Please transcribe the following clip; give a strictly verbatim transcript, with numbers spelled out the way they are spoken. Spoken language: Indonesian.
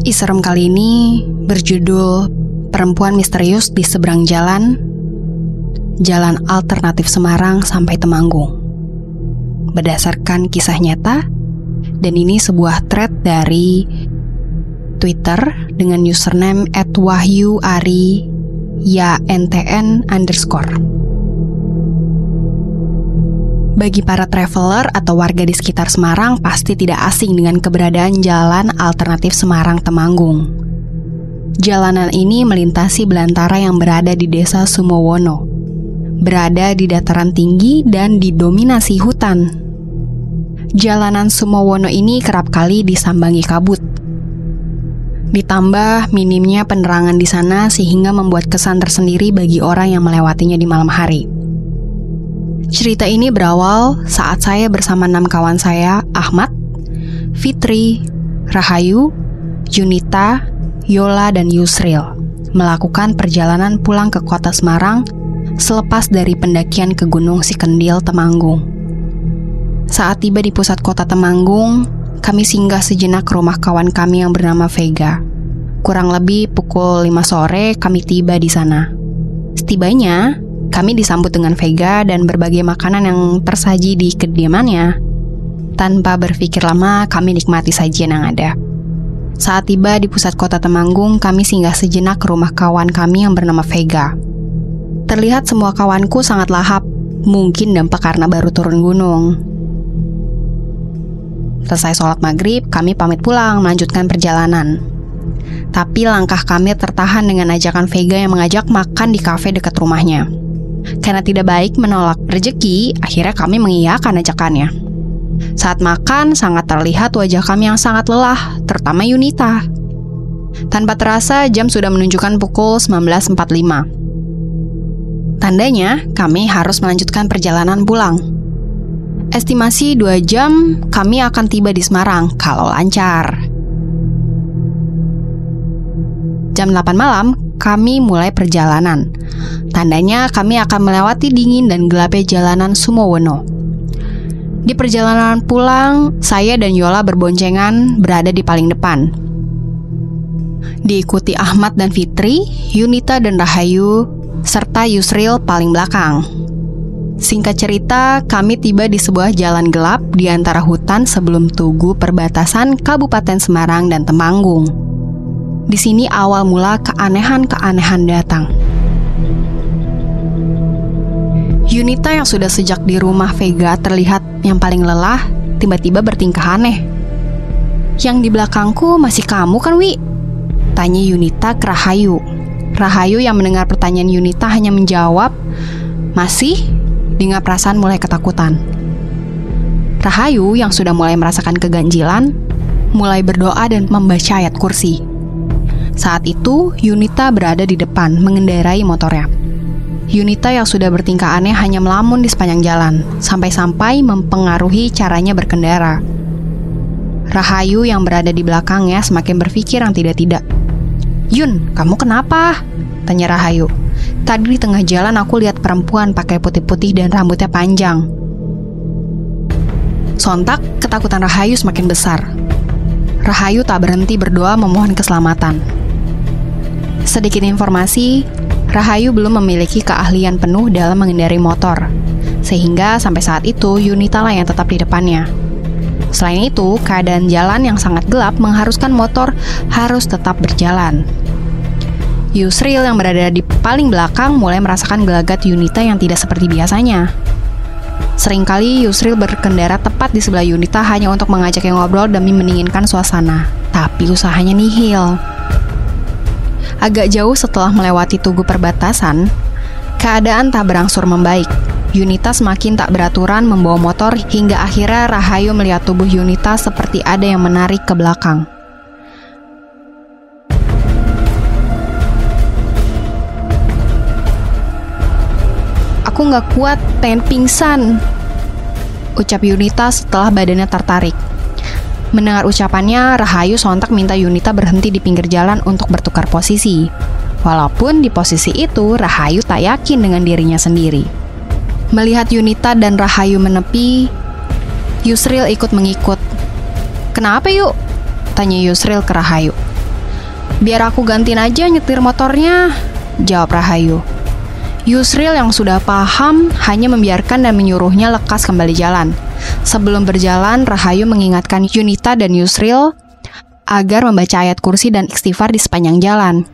Iserem kali ini berjudul Perempuan Misterius di Seberang Jalan, Jalan Alternatif Semarang sampai Temanggung. Berdasarkan kisah nyata, dan ini sebuah thread dari Twitter dengan username et wahyu ari ya ntn underscore. Bagi para traveler atau warga di sekitar Semarang pasti tidak asing dengan keberadaan Jalan Alternatif Semarang-Temanggung. Jalanan ini melintasi belantara yang berada di Desa Sumowono, berada di dataran tinggi dan didominasi hutan. Jalanan Sumowono ini kerap kali disambangi kabut. Ditambah minimnya penerangan di sana sehingga membuat kesan tersendiri bagi orang yang melewatinya di malam hari. Cerita ini berawal saat saya bersama enam kawan saya, Ahmad, Fitri, Rahayu, Yunita, Yola, dan Yusril, melakukan perjalanan pulang ke kota Semarang selepas dari pendakian ke Gunung Sikendil, Temanggung. Saat tiba di pusat kota Temanggung, kami singgah sejenak ke rumah kawan kami yang bernama Vega. Kurang lebih pukul lima sore kami tiba di sana. Setibanya, kami disambut dengan Vega dan berbagai makanan yang tersaji di kediamannya. Tanpa berpikir lama, kami nikmati sajian yang ada. Saat tiba di pusat kota Temanggung, kami singgah sejenak ke rumah kawan kami yang bernama Vega. Terlihat semua kawanku sangat lahap, mungkin dampak karena baru turun gunung. Selesai sholat maghrib, kami pamit pulang melanjutkan perjalanan. Tapi langkah kami tertahan dengan ajakan Vega yang mengajak makan di kafe dekat rumahnya. Karena tidak baik menolak rezeki, akhirnya kami mengiyakan ajakannya. Saat makan, sangat terlihat wajah kami yang sangat lelah, terutama Yunita. Tanpa terasa, jam sudah menunjukkan pukul sembilan belas empat puluh lima. Tandanya, kami harus melanjutkan perjalanan pulang. Estimasi dua jam, kami akan tiba di Semarang, kalau lancar. Jam delapan malam, kami mulai perjalanan. Tandanya kami akan melewati dingin dan gelapnya jalanan Sumowono. Di perjalanan pulang, saya dan Yola berboncengan berada di paling depan. Diikuti Ahmad dan Fitri, Yunita dan Rahayu, serta Yusril paling belakang. Singkat cerita, kami tiba di sebuah jalan gelap di antara hutan sebelum tugu perbatasan Kabupaten Semarang dan Temanggung. Di sini awal mula keanehan-keanehan datang. Yunita yang sudah sejak di rumah Vega terlihat yang paling lelah, tiba-tiba bertingkah aneh. Yang di belakangku masih kamu kan, Wi? Tanya Yunita ke Rahayu. Rahayu yang mendengar pertanyaan Yunita hanya menjawab, masih, dengan perasaan mulai ketakutan. Rahayu yang sudah mulai merasakan keganjilan, mulai berdoa dan membaca ayat kursi. Saat itu, Yunita berada di depan mengendarai motornya. Yunita yang sudah bertingkah aneh hanya melamun di sepanjang jalan, sampai-sampai mempengaruhi caranya berkendara. Rahayu yang berada di belakangnya semakin berpikir yang tidak-tidak. Yun, kamu kenapa? Tanya Rahayu. Tadi di tengah jalan aku lihat perempuan pakai putih-putih dan rambutnya panjang. Sontak, ketakutan Rahayu semakin besar. Rahayu tak berhenti berdoa memohon keselamatan. Sedikit informasi, Rahayu belum memiliki keahlian penuh dalam mengendarai motor, sehingga sampai saat itu Yunita lah yang tetap di depannya. Selain itu, keadaan jalan yang sangat gelap mengharuskan motor harus tetap berjalan. Yusril yang berada di paling belakang mulai merasakan gelagat Yunita yang tidak seperti biasanya. Seringkali Yusril berkendara tepat di sebelah Yunita hanya untuk mengajaknya ngobrol demi mendinginkan suasana, tapi usahanya nihil. Agak jauh setelah melewati tugu perbatasan, keadaan tak berangsur membaik. Yunita semakin tak beraturan membawa motor hingga akhirnya Rahayu melihat tubuh Yunita seperti ada yang menarik ke belakang. Aku gak kuat, pengen pingsan, ucap Yunita setelah badannya tertarik. Mendengar ucapannya, Rahayu sontak minta Yunita berhenti di pinggir jalan untuk bertukar posisi. Walaupun di posisi itu, Rahayu tak yakin dengan dirinya sendiri. Melihat Yunita dan Rahayu menepi, Yusril ikut mengikut. Kenapa yuk? Tanya Yusril ke Rahayu. "Biar aku gantiin aja nyetir motornya," jawab Rahayu. Yusril yang sudah paham hanya membiarkan dan menyuruhnya lekas kembali jalan. Sebelum berjalan, Rahayu mengingatkan Yunita dan Yusril agar membaca ayat kursi dan istighfar di sepanjang jalan.